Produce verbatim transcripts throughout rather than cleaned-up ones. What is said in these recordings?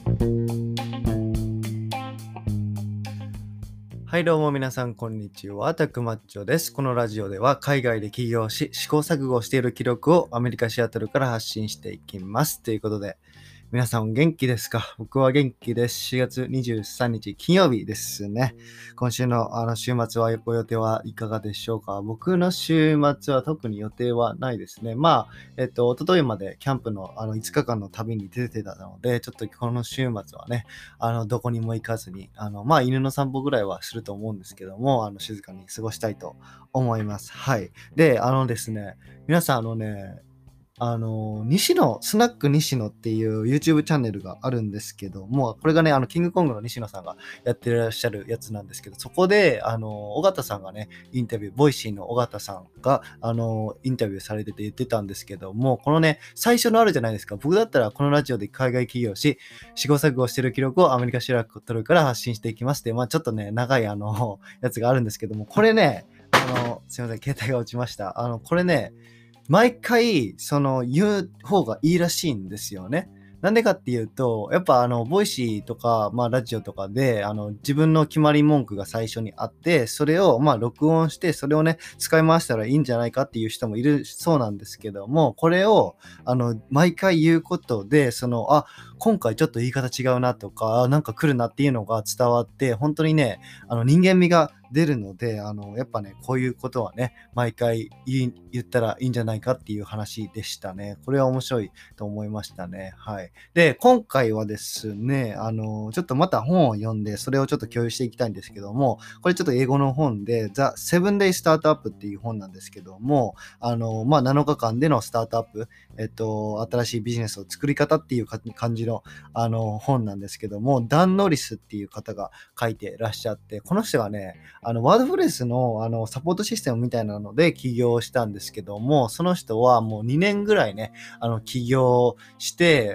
はい、どうも皆さん、こんにちは。タクマッチョです。このラジオでは海外で起業し、試行錯誤をしている記録をアメリカ・シアトルから発信していきます。ということで、皆さん元気ですか？僕は元気です。しがつにじゅうさんにち金曜日ですね。今週のあの週末はご予定はいかがでしょうか？僕の週末は特に予定はないですね。まあ、えっと、一昨日までキャンプのあのいつかかんの旅に出てたので、ちょっとこの週末はね、あの、どこにも行かずに、あの、まあ、犬の散歩ぐらいはすると思うんですけども、あの、静かに過ごしたいと思います。はい。で、あのですね、皆さん、あのね、あの、西野、スナック西野っていう YouTube チャンネルがあるんですけども、これがね、あの、キングコングの西野さんがやってらっしゃるやつなんですけど、そこで、あの、尾形さんがね、インタビュー、ボイシーの尾形さんが、あの、インタビューされてて言ってたんですけども、このね、最初のあるじゃないですか。僕だったらこのラジオで海外起業し、試行錯誤してる記録をアメリカ・シアトルから発信していきますって、まあちょっとね、長いあの、やつがあるんですけども、これね、あの、すいません、携帯が落ちました。あの、これね、毎回、その、言う方がいいらしいんですよね。なんでかっていうと、やっぱあの、ボイシーとか、まあラジオとかで、あの、自分の決まり文句が最初にあって、それをまあ録音して、それをね、使い回したらいいんじゃないかっていう人もいるそうなんですけども、これを、あの、毎回言うことで、その、あ、今回ちょっと言い方違うなとか、あなんか来るなっていうのが伝わって、本当にね、あの、人間味が出るので、あの、やっぱね、こういうことはね、毎回言い言ったらいいんじゃないかっていう話でしたね。これは面白いと思いましたね。はい。で、今回はですね、あの、ちょっとまた本を読んで、それをちょっと共有していきたいんですけども、これちょっと英語の本で、The Seven Day Startup っていう本なんですけども、あの、まあ、なのかかんでのスタートアップ、えっと、新しいビジネスを作り方っていうか感じの、あの、本なんですけども、ダン・ノリスっていう方が書いてらっしゃって、この人がね、あの、ワードプレスの、あの、サポートシステムみたいなので起業したんですけども、その人はもうにねんぐらいね、あの、起業して、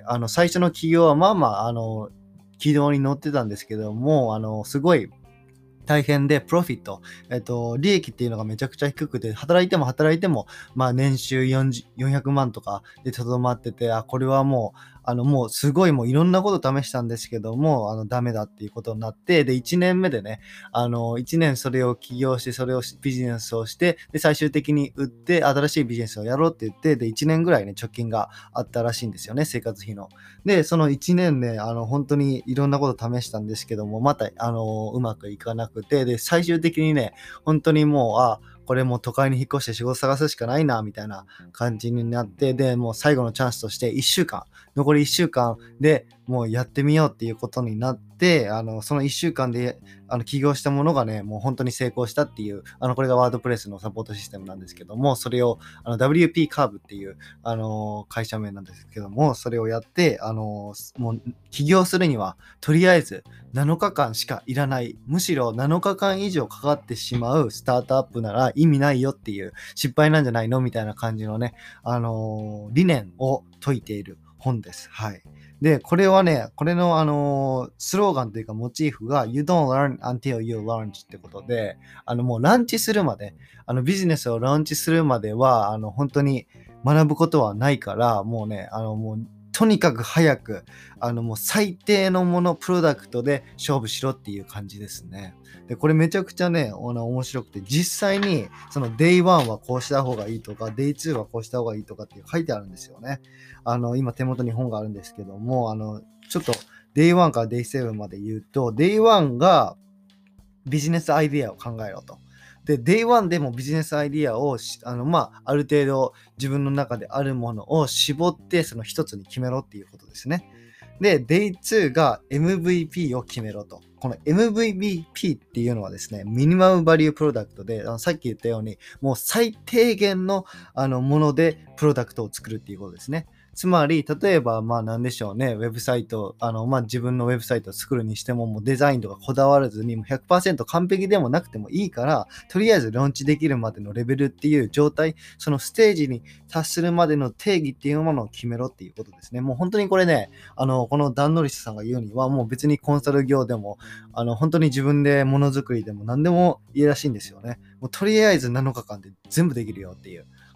あの、最初の起業はまあまあ、あの、軌道に乗ってたんですけども、あの、すごい、大変で、プロフィット、えっと、利益っていうのがめちゃくちゃ低くて、働いても働いても、まあ年収よんじゅう よんひゃくまんとかでとどまってて、あ、これはもう、あの、もうすごいもういろんなこと試したんですけども、あの、ダメだっていうことになって、で、いちねんめでね、あの、いちねんそれを起業して、それをビジネスをして、で、最終的に売って、新しいビジネスをやろうって言って、で、いちねんぐらいね、貯金があったらしいんですよね、生活費の。で、そのいちねんね、あの、本当にいろんなこと試したんですけども、また、あの、うまくいかなくて、で、最終的にね、本当にもう、あ、これもう都会に引っ越して仕事探すしかないな、みたいな感じになって、で、もう最後のチャンスとしていっしゅうかん、残りいっしゅうかんでもうやってみようっていうことになって、あの、そのいっしゅうかんで、あの、起業したものがね、もう本当に成功したっていう、あの、これがワードプレスのサポートシステムなんですけども、それを、あの、ダブリューピー カーブっていう、あの、会社名なんですけども、それをやって、あの、もう、起業するには、とりあえずなのかかんしかいらない、むしろなのかかん以上かかってしまうスタートアップなら意味ないよっていう、失敗なんじゃないのみたいな感じのね、あの、理念を説いている本です。はい。で、これはね、これのあのースローガンというかモチーフが You don't learn until you launch ってことで、あのもうランチするまで、あのビジネスをランチするまでは、あの本当に学ぶことはないから、もうね、あのもうとにかく早く、あのもう最低のもの、プロダクトで勝負しろっていう感じですね。で、これめちゃくちゃね、あの面白くて、実際にその デイワン はこうした方がいいとか、デイツー はこうした方がいいとかって書いてあるんですよね。あの、今手元に本があるんですけども、あの、ちょっと デイワン から デイセブン まで言うと、デイワン がビジネスアイディアを考えろと。で、デイワン でもビジネスアイディアをあの、まあ、ある程度自分の中であるものを絞って、その一つに決めろっていうことですね。で、デイツー が エムブイピー を決めろと。この エムブイピー っていうのはですね、ミニマムバリュープロダクトで、あのさっき言ったように、もう最低限のあのものでプロダクトを作るっていうことですね。つまり、例えば、まあ何でしょうね、ウェブサイト、あの、まあ自分のウェブサイトを作るにしても、もうデザインとかこだわらずに、もうひゃくパーセント完璧でもなくてもいいから、とりあえずローンチできるまでのレベルっていう状態、そのステージに達するまでの定義っていうものを決めろっていうことですね。もう本当にこれね、あの、このダン・ノリスさんが言うには、もう別にコンサル業でも、あの、本当に自分でものづくりでも何でもいいらしいんですよね。もうとりあえずなのかかんで全部できるよっていう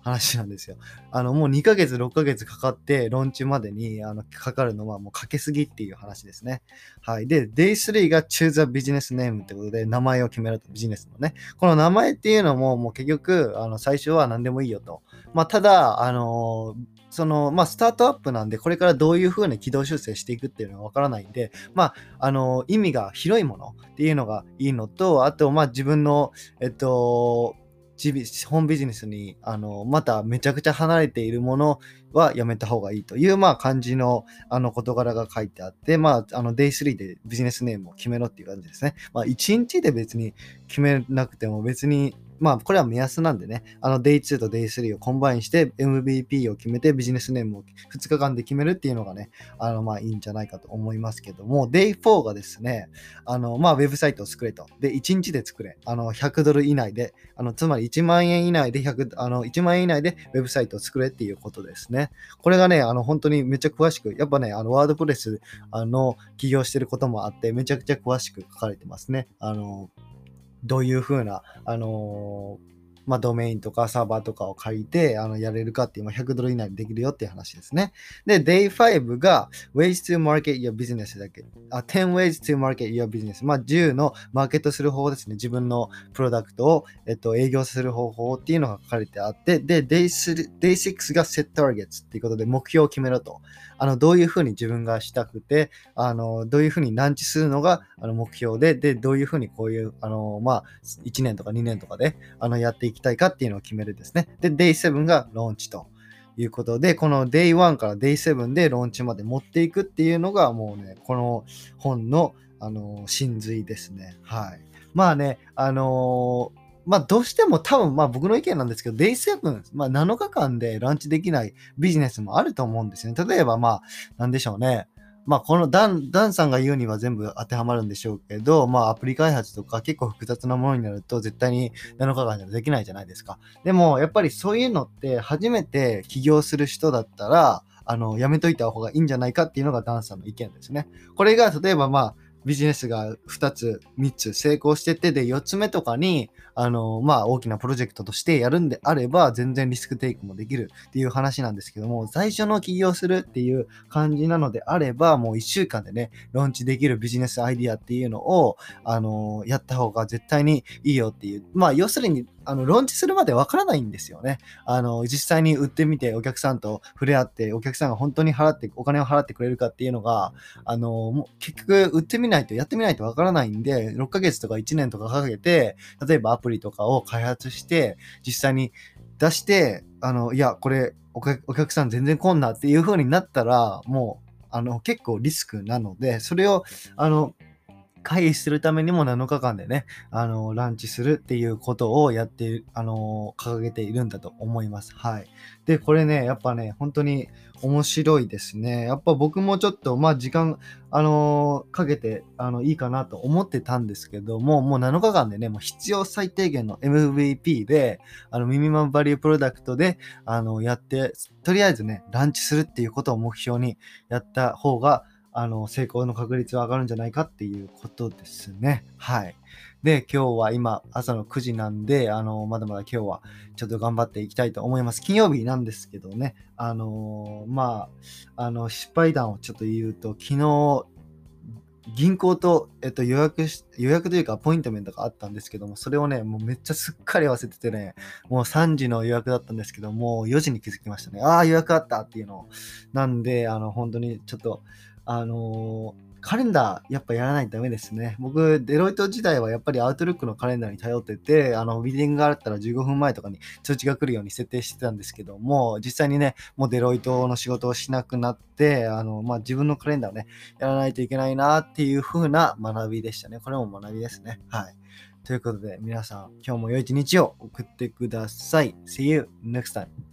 話なんですよ。あの、もうにかげつ、ろっかげつかかって、ローンチまでに、あの、かかるのはもうかけすぎっていう話ですね。はい。で、デイスリーが Choose a Business Name ってことで、名前を決めると、ビジネスのね。この名前っていうのも、もう結局、あの、最初は何でもいいよと。まあ、ただ、あのーその、まあ、スタートアップなんで、これからどういう風に軌道修正していくっていうのはわからないんで、まあ、あのー意味が広いものっていうのがいいのと、あと、まあ、自分の、えっと、自ビ本ビジネスに、あの、まためちゃくちゃ離れているものはやめた方がいいという、まあ、感じの、あの、事柄が書いてあって、まあ、あの、デイスリーでビジネスネームを決めろっていう感じですね。まあ、いちにちで別に決めなくても別に、まあ、これは目安なんでね、あの、デイツーとデイスリーをコンバインして エムブイピー を決めてビジネスネームをふつかかんで決めるっていうのがね、あの、まあ、いいんじゃないかと思いますけども、デイフォーがですね、あの、まあ、ウェブサイトを作れと。で、いちにちで作れ。あの、ひゃくドル以内で、あの、つまりいちまんえん以内でひゃく、あの、いちまんえん以内でウェブサイトを作れっていうことですね。これがね、あの、本当にめっちゃ詳しく、やっぱね、あの、ワードプレス、あの、起業してることもあって、めちゃくちゃ詳しく書かれてますね。あの、どういう風な、あのーまあ、ドメインとかサーバーとかを借りて、あの、やれるかっていう、まあ、ひゃくドル以内でできるよっていう話ですね。で、デイファイブ が Ways to Market Your Business だけ。あ、じゅう Ways to Market Your Business。まあ、じゅうのマーケットする方法ですね。自分のプロダクトを、えっと、営業する方法っていうのが書かれてあって、で、デイスリー、デイシックスが Set Targets っていうことで目標を決めろと。あの、どういう風に自分がしたくて、あの、どういう風にランチするのがあの目標で、で、どういう風にこういう、あの、まあ、いちねんとかにねんとかで、あの、やっていきたいかっていうのを決めるですね。で、デイセブンがローンチということで、このデイワンからデイセブンでローンチまで持っていくっていうのが、もうね、この本の、あの、真髄ですね。はい。まあね、あのーまあどうしても多分まあ僕の意見なんですけど、デイセブン、まあなのかかんでランチできないビジネスもあると思うんですよね。例えばまあ、なんでしょうね。まあこのダン、ダンさんが言うには全部当てはまるんでしょうけど、まあアプリ開発とか結構複雑なものになると絶対になのかかんではできないじゃないですか。でもやっぱりそういうのって初めて起業する人だったら、あの、やめといた方がいいんじゃないかっていうのがダンさんの意見ですね。これが例えばまあ、ビジネスがふたつ、みっつ成功してて、で、よっつめとかに、あの、まあ、大きなプロジェクトとしてやるんであれば、全然リスクテイクもできるっていう話なんですけども、最初の起業するっていう感じなのであれば、もういっしゅうかんでね、ローンチできるビジネスアイディアっていうのを、あの、やった方が絶対にいいよっていう。まあ、要するに、あの、ローンチするまでわからないんですよね。あの、実際に売ってみて、お客さんと触れ合って、お客さんが本当に払って、お金を払ってくれるかっていうのが、あの、もう結局、売ってみないと、やってみないとわからないんで、ろっかげつとかいちねんとかかけて、例えばアプリとかを開発して、実際に出して、あの、いや、これお客、お客さん全然来んなっていう風になったら、もう、あの、結構リスクなので、それを、あの、回避するためにもなのかかんでね、あの、ランチするっていうことをやって、あの、掲げているんだと思います。はい。で、これね、やっぱね、本当に面白いですね。やっぱ僕もちょっと、まあ、時間、あのかけて、あの、いいかなと思ってたんですけども、もうなのかかんでね、もう必要最低限の エムブイピー で、あの、ミニマムバリュープロダクトで、あの、やって、とりあえずね、ランチするっていうことを目標にやった方が、あの、成功の確率は上がるんじゃないかっていうことですね。はい。で、今日は今、朝のくじなんで、あの、まだまだ今日はちょっと頑張っていきたいと思います。金曜日なんですけどね、あのーまあ、あの、失敗談をちょっと言うと、昨日、銀行と、えっと、予約し、予約というかアポイントメントがあったんですけども、それをね、もうめっちゃすっかり忘れててね、もうさんじの予約だったんですけども、よじに気づきましたね。ああ、予約あったっていうのを。なんで、あの、本当にちょっと、あのーカレンダーやっぱやらないとダメですね。僕、デロイト時代はやっぱりアウトルックのカレンダーに頼ってて、あの、ミーティングがあったらじゅうごふんまえとかに通知が来るように設定してたんですけども、実際にね、もうデロイトの仕事をしなくなって、あの、まあ、自分のカレンダーをね、やらないといけないなっていう風な学びでしたね。これも学びですね。はい。ということで、皆さん、今日も良い一日を送ってください。See you next time.